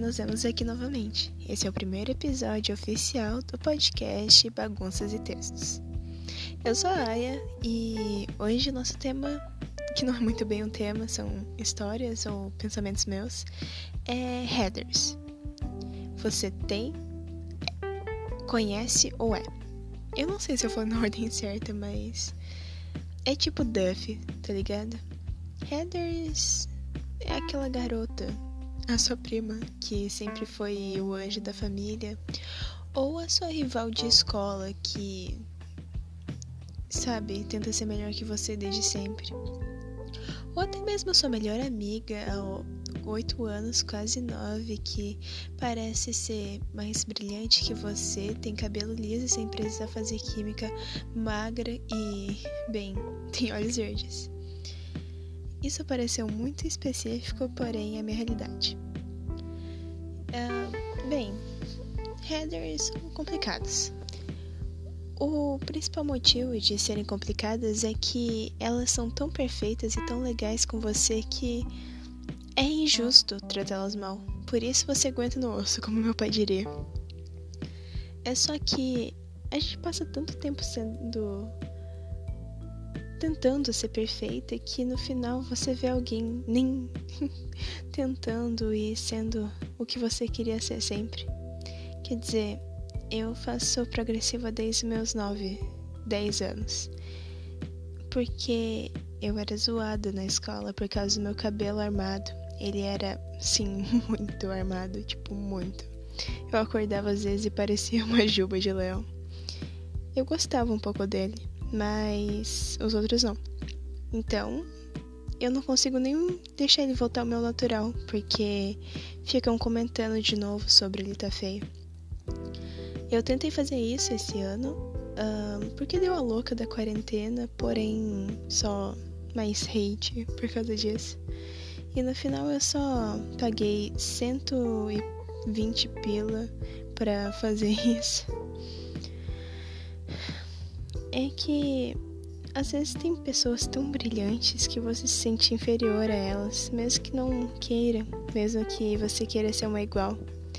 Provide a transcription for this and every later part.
nos vemos aqui novamente. Esse é o primeiro episódio oficial do podcast Bagunças e Textos. Eu sou a Aya e hoje nosso tema, que não é muito bem um tema, são histórias ou pensamentos meus, é headers. Você tem, conhece ou é? Eu não sei se eu falei na ordem certa, mas é tipo Duff, tá ligado? Heathers é aquela garota, a sua prima, que sempre foi o anjo da família, ou a sua rival de escola que, sabe, tenta ser melhor que você desde sempre. Ou até mesmo a sua melhor amiga, há 8 anos, quase 9, que parece ser mais brilhante que você, tem cabelo liso sem precisar fazer química, magra e, bem, tem olhos verdes. Isso pareceu muito específico, porém é minha realidade. Bem, headers são complicados. O principal motivo de serem complicadas é que elas são tão perfeitas e tão legais com você que é injusto tratá-las mal. Por isso você aguenta no osso, como meu pai diria. É só que a gente passa tanto tempo tentando ser perfeita que no final você vê alguém nem tentando e sendo o que você queria ser sempre. Quer dizer, eu faço progressiva desde meus 9, 10 anos. Porque eu era zoada na escola por causa do meu cabelo armado. Ele era, sim, muito armado, tipo, muito. Eu acordava às vezes e parecia uma juba de leão. Eu gostava um pouco dele, mas os outros não. Então, eu não consigo nem deixar ele voltar ao meu natural, porque ficam comentando de novo sobre ele tá feio. Eu tentei fazer isso esse ano, porque deu a louca da quarentena, porém só mais hate por causa disso. E no final eu só paguei 120 pila pra fazer isso. É que às vezes tem pessoas tão brilhantes que você se sente inferior a elas, mesmo que não queira, mesmo que você queira ser uma igual.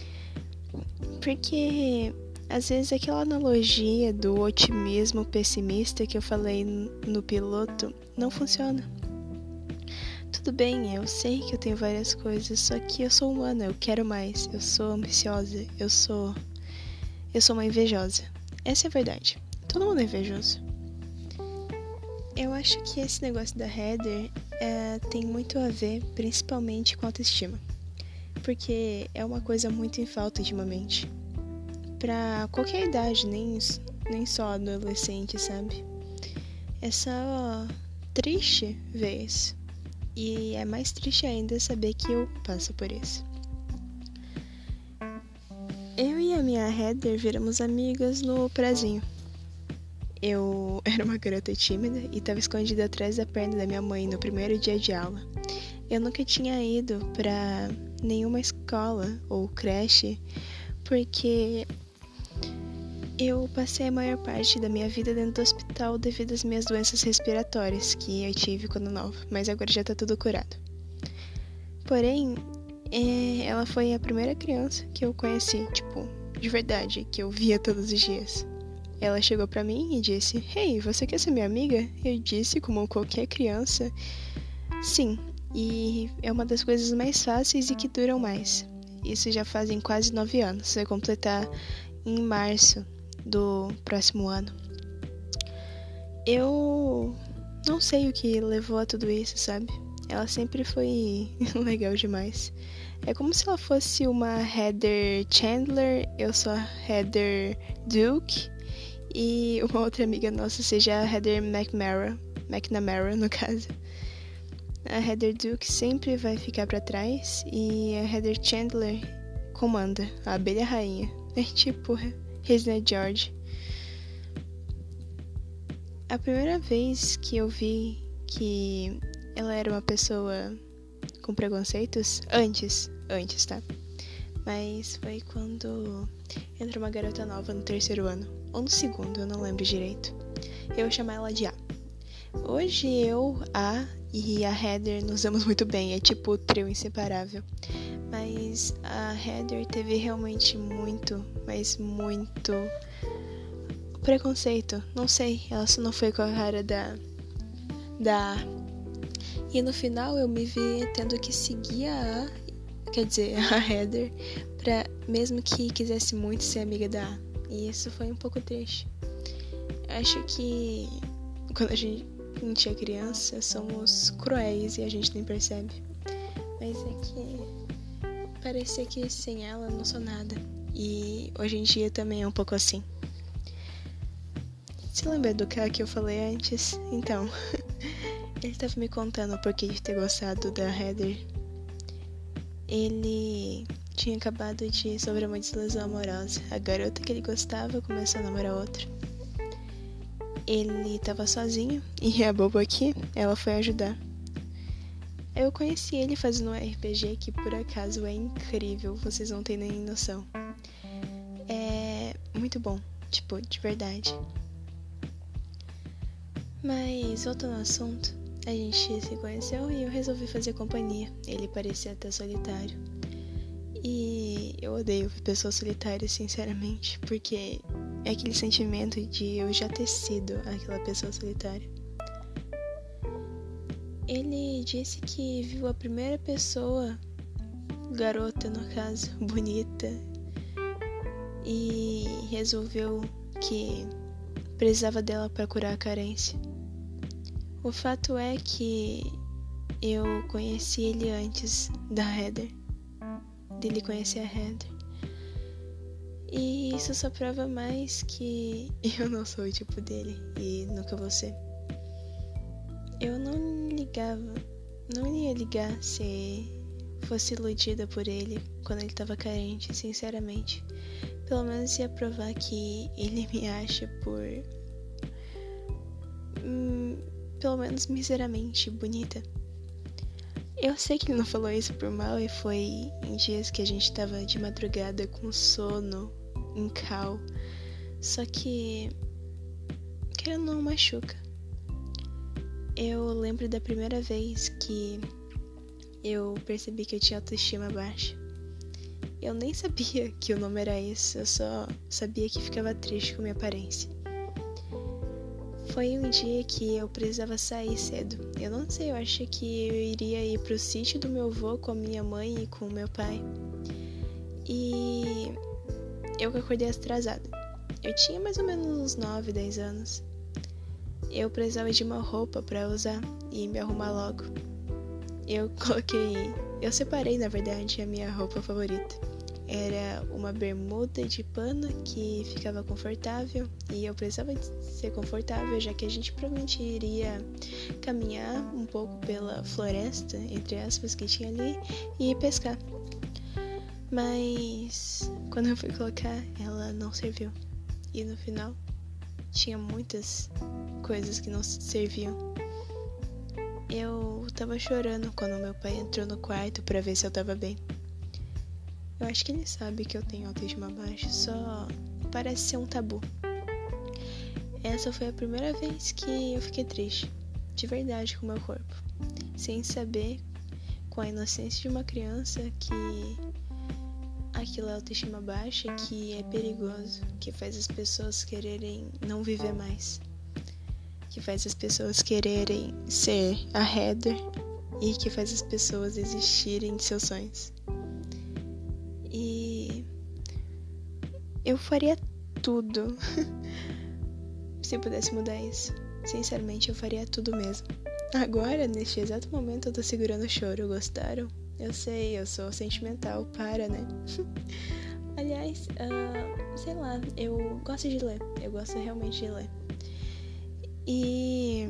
Porque às vezes aquela analogia do otimismo pessimista que eu falei no piloto não funciona. Tudo bem, eu sei que eu tenho várias coisas, só que eu sou humana, eu quero mais, eu sou ambiciosa, eu sou uma invejosa. Essa é a verdade. Todo mundo é invejoso. Eu acho que esse negócio da header tem muito a ver, principalmente com autoestima. Porque é uma coisa muito em falta ultimamente. Pra qualquer idade, nem só adolescente, sabe? É só triste ver isso. E é mais triste ainda saber que eu passo por isso. Eu e a minha header viramos amigas no prezinho. Eu era uma garota tímida e estava escondida atrás da perna da minha mãe no primeiro dia de aula. Eu nunca tinha ido pra nenhuma escola ou creche, porque eu passei a maior parte da minha vida dentro do hospital devido às minhas doenças respiratórias que eu tive quando nova, mas agora já tá tudo curado. Porém, ela foi a primeira criança que eu conheci, tipo, de verdade, que eu via todos os dias. Ela chegou pra mim e disse: "Hey, você quer ser minha amiga?" Eu disse, como qualquer criança, sim. E é uma das coisas mais fáceis e que duram mais. Isso já fazem quase 9 anos. Vai completar em março do próximo ano. Eu não sei o que levou a tudo isso, sabe? Ela sempre foi legal demais. É como se ela fosse uma Heather Chandler, eu sou a Heather Duke, e uma outra amiga nossa seja a Heather McNamara, no caso. A Heather Duke sempre vai ficar pra trás e a Heather Chandler comanda, a abelha rainha. É tipo Regina George. A primeira vez que eu vi que ela era uma pessoa com preconceitos, antes, tá? Mas foi quando entrou uma garota nova no 3º ano, ou no 2º, eu não lembro direito. Eu vou chamar ela de A. Hoje eu, A e a Heather nos damos muito bem, é tipo o trio inseparável. Mas a Heather teve realmente muito, mas muito preconceito. Não sei, ela só não foi com a cara da E no final eu me vi tendo que seguir quer dizer, a Heather, mesmo que quisesse muito ser amiga da A. E isso foi um pouco triste. Acho que quando a gente é criança, somos cruéis e a gente nem percebe. Mas é que parecia que sem ela eu não sou nada. E hoje em dia também é um pouco assim. Você lembra do cara que eu falei antes? Então, ele tava me contando o porquê de ter gostado da Heather. Ele tinha acabado de sofrer uma desilusão amorosa. A garota que ele gostava começou a namorar outra. Ele tava sozinho e a boba aqui, ela foi ajudar. Eu conheci ele fazendo um RPG que por acaso é incrível, vocês não têm nem noção. É muito bom, tipo, de verdade. Mas voltando ao assunto, a gente se conheceu e eu resolvi fazer companhia. Ele parecia até solitário. E eu odeio pessoas solitárias, sinceramente, porque é aquele sentimento de eu já ter sido aquela pessoa solitária. Ele disse que viu a primeira pessoa, garota no caso, bonita, e resolveu que precisava dela para curar a carência. O fato é que eu conheci ele antes da Heather, dele conhecer a Heather. E isso só prova mais que eu não sou o tipo dele e nunca vou ser. Eu não ia ligar se fosse iludida por ele quando ele tava carente, sinceramente. Pelo menos ia provar que ele me acha por pelo menos miseravelmente bonita. Eu sei que ele não falou isso por mal e foi em dias que a gente tava de madrugada com sono, em cal. Só que não machuca. Eu lembro da primeira vez que eu percebi que eu tinha autoestima baixa. Eu nem sabia que o nome era isso, eu só sabia que ficava triste com minha aparência. Foi um dia que eu precisava sair cedo. Eu não sei, eu achei que eu iria ir pro sítio do meu avô com a minha mãe e com o meu pai. E eu acordei atrasada. Eu tinha mais ou menos uns 9, 10 anos. Eu precisava de uma roupa pra usar e me arrumar logo. Eu separei, na verdade, a minha roupa favorita. Era uma bermuda de pano que ficava confortável e eu precisava ser confortável, já que a gente provavelmente iria caminhar um pouco pela floresta, entre aspas, que tinha ali, e pescar. Mas quando eu fui colocar, ela não serviu. E no final, tinha muitas coisas que não serviam. Eu tava chorando quando meu pai entrou no quarto pra ver se eu tava bem. Eu acho que ele sabe que eu tenho autoestima baixa, só parece ser um tabu. Essa foi a primeira vez que eu fiquei triste, de verdade, com o meu corpo. Sem saber, com a inocência de uma criança, que aquilo é autoestima baixa, que é perigoso, que faz as pessoas quererem não viver mais. Que faz as pessoas quererem ser a Heather e que faz as pessoas desistirem de seus sonhos. E eu faria tudo se eu pudesse mudar isso. Sinceramente, eu faria tudo mesmo. Agora, neste exato momento, eu tô segurando o choro. Gostaram? Eu sei, eu sou sentimental, para, né? Aliás, sei lá, eu gosto de ler. Eu gosto realmente de ler. E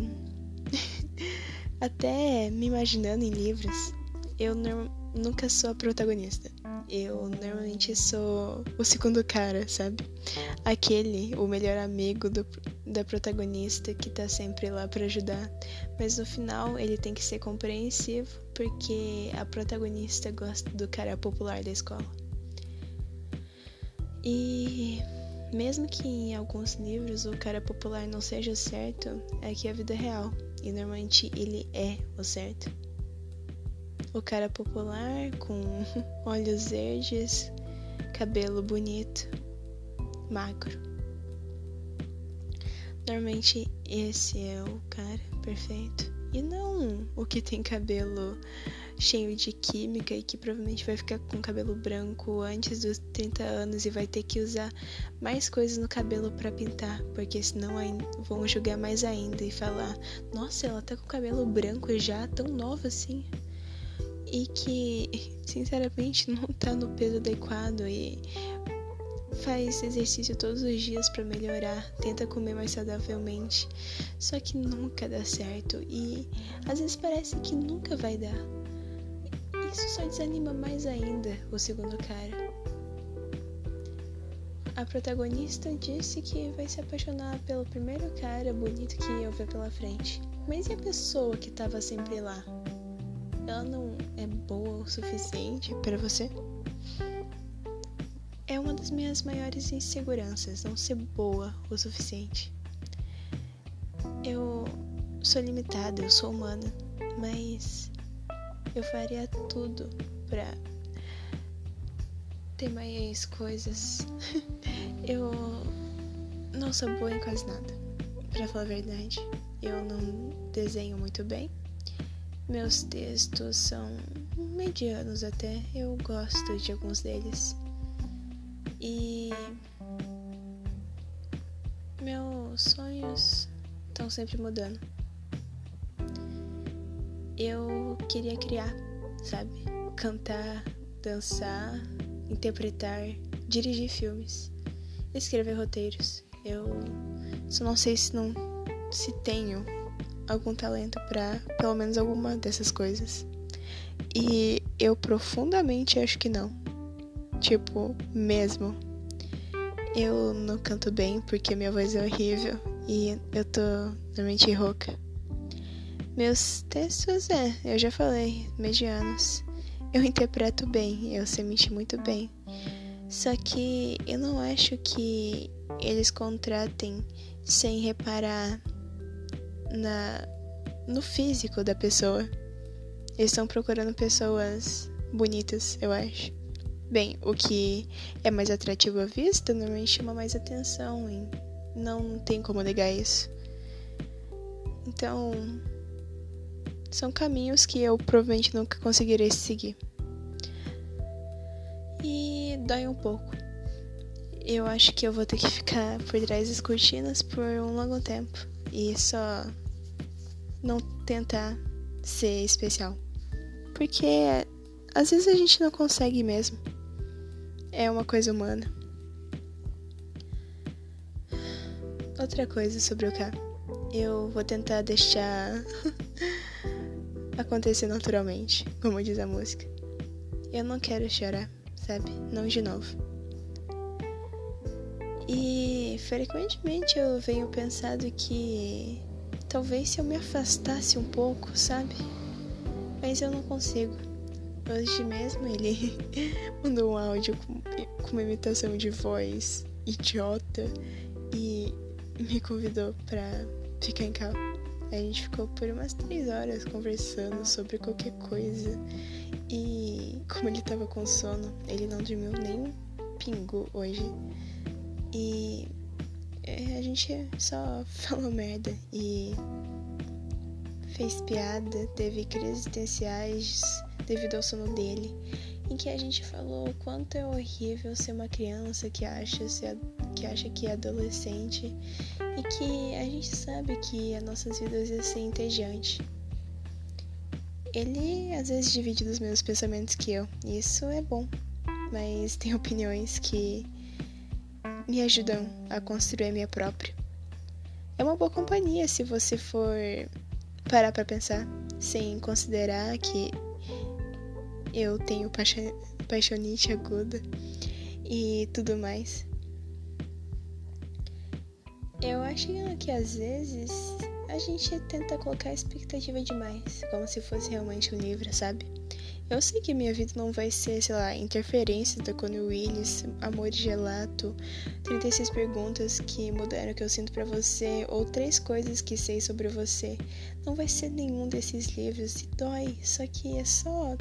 até me imaginando em livros, eu nunca sou a protagonista. Eu normalmente sou o segundo cara, sabe? O melhor amigo da protagonista que tá sempre lá pra ajudar. Mas no final ele tem que ser compreensivo porque a protagonista gosta do cara popular da escola. E mesmo que em alguns livros o cara popular não seja o certo, é que a vida é real. E normalmente ele é o certo. o cara popular com olhos verdes, cabelo bonito, magro. Normalmente esse é o cara perfeito. E não o que tem cabelo cheio de química e que provavelmente vai ficar com cabelo branco antes dos 30 anos e vai ter que usar mais coisas no cabelo pra pintar, porque senão vão julgar mais ainda e falar: nossa, ela tá com cabelo branco já, tão nova assim. E que, sinceramente, não tá no peso adequado e faz exercício todos os dias pra melhorar, tenta comer mais saudavelmente, só que nunca dá certo e às vezes parece que nunca vai dar. Isso só desanima mais ainda o segundo cara. A protagonista disse que vai se apaixonar pelo primeiro cara bonito que eu ver pela frente, mas e a pessoa que tava sempre lá? Ela não é boa o suficiente pra você? É uma das minhas maiores inseguranças, não ser boa o suficiente. Eu sou limitada, eu sou humana, mas eu faria tudo pra ter mais coisas. Eu não sou boa em quase nada, pra falar a verdade. Eu não desenho muito bem. Meus textos são medianos até, eu gosto de alguns deles. E meus sonhos estão sempre mudando. Eu queria criar, sabe? Cantar, dançar, interpretar, dirigir filmes, escrever roteiros. Eu só não sei se tenho algum talento pra pelo menos alguma dessas coisas. E eu profundamente acho que não. Tipo, mesmo. Eu não canto bem porque minha voz é horrível e eu tô normalmente rouca. Meus textos, eu já falei, medianos. Eu interpreto bem, eu sei mentir muito bem. Só que eu não acho que eles contratem sem reparar no físico da pessoa. Eles estão procurando pessoas bonitas, eu acho. Bem, o que é mais atrativo à vista normalmente chama mais atenção e não tem como negar isso. Então, são caminhos que eu provavelmente nunca conseguirei seguir. E dói um pouco. Eu acho que eu vou ter que ficar por trás das cortinas por um longo tempo e só não tentar ser especial. Porque às vezes a gente não consegue mesmo. É uma coisa humana. Outra coisa sobre o K. Eu vou tentar deixar acontecer naturalmente, como diz a música. Eu não quero chorar, sabe? Não de novo. E frequentemente eu venho pensando que talvez se eu me afastasse um pouco, sabe? Mas eu não consigo. Hoje mesmo ele mandou um áudio com uma imitação de voz idiota e me convidou pra ficar em casa. A gente ficou por umas 3 horas conversando sobre qualquer coisa. E como ele tava com sono, ele não dormiu nem um pingo hoje. E a gente só falou merda e fez piada, teve crises existenciais devido ao sono dele, em que a gente falou o quanto é horrível ser uma criança que acha que é adolescente e que a gente sabe que as nossas vidas iam ser entediante. Ele às vezes divide dos mesmos pensamentos que eu, e isso é bom, mas tem opiniões que me ajudam a construir a minha própria. É uma boa companhia se você for parar pra pensar, sem considerar que eu tenho paixonite aguda e tudo mais. Eu acho que às vezes a gente tenta colocar expectativa demais, como se fosse realmente um livro, sabe? Eu sei que a minha vida não vai ser, sei lá, Interferência da Connie Willis, Amor Gelato, 36 perguntas que mudaram o que eu sinto pra você, ou 3 coisas que sei sobre você. Não vai ser nenhum desses livros e dói, só que é só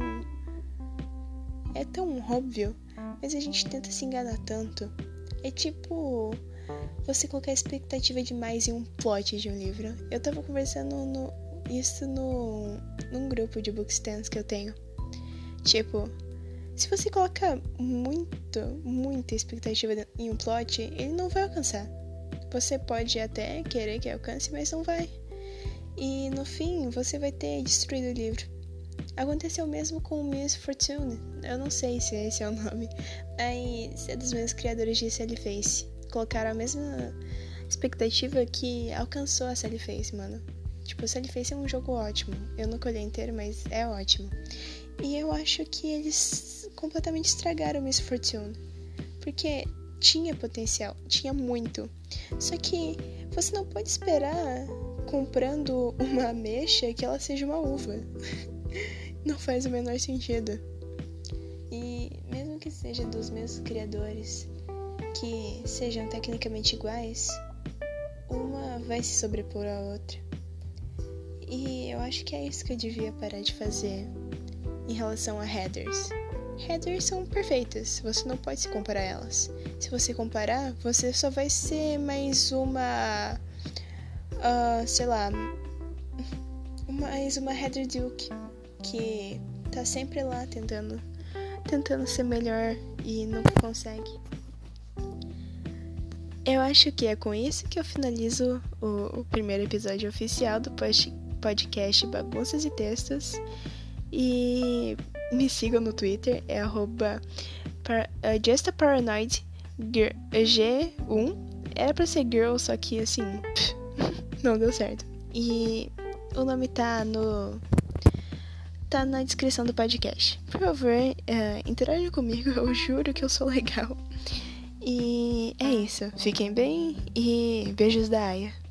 tão óbvio, mas a gente tenta se enganar tanto. É tipo você colocar expectativa demais em um plot de um livro. Eu tava conversando isso num grupo de bookstands que eu tenho. Tipo, se você coloca muita expectativa em um plot, ele não vai alcançar. Você pode até querer que alcance, mas não vai. E no fim, você vai ter destruído o livro. Aconteceu mesmo com Miss Fortune. Eu não sei se esse é o nome, mas é dos mesmos criadores de Sally Face. Colocaram a mesma expectativa que alcançou a Sally Face, mano. Tipo, Sally Face é um jogo ótimo. Eu não colhei inteiro, mas é ótimo. E eu acho que eles completamente estragaram Miss Fortune. Porque tinha potencial, tinha muito. Só que você não pode esperar, comprando uma ameixa, que ela seja uma uva. Não faz o menor sentido. E mesmo que seja dos mesmos criadores, que sejam tecnicamente iguais, uma vai se sobrepor à outra. E eu acho que é isso que eu devia parar de fazer em relação a headers. Headers são perfeitas, você não pode se comparar a elas. Se você comparar, você só vai ser mais uma... mais uma header Duke, que tá sempre lá tentando ser melhor e nunca consegue. Eu acho que é com isso que eu finalizo o primeiro episódio oficial do podcast Bagunças e Textos. E me sigam no Twitter, é JustAParanoidG1. Era pra ser girl, só que assim, não deu certo. E o nome tá na descrição do podcast. Por favor, interajam comigo, eu juro que eu sou legal. E é isso, fiquem bem e beijos da Aya.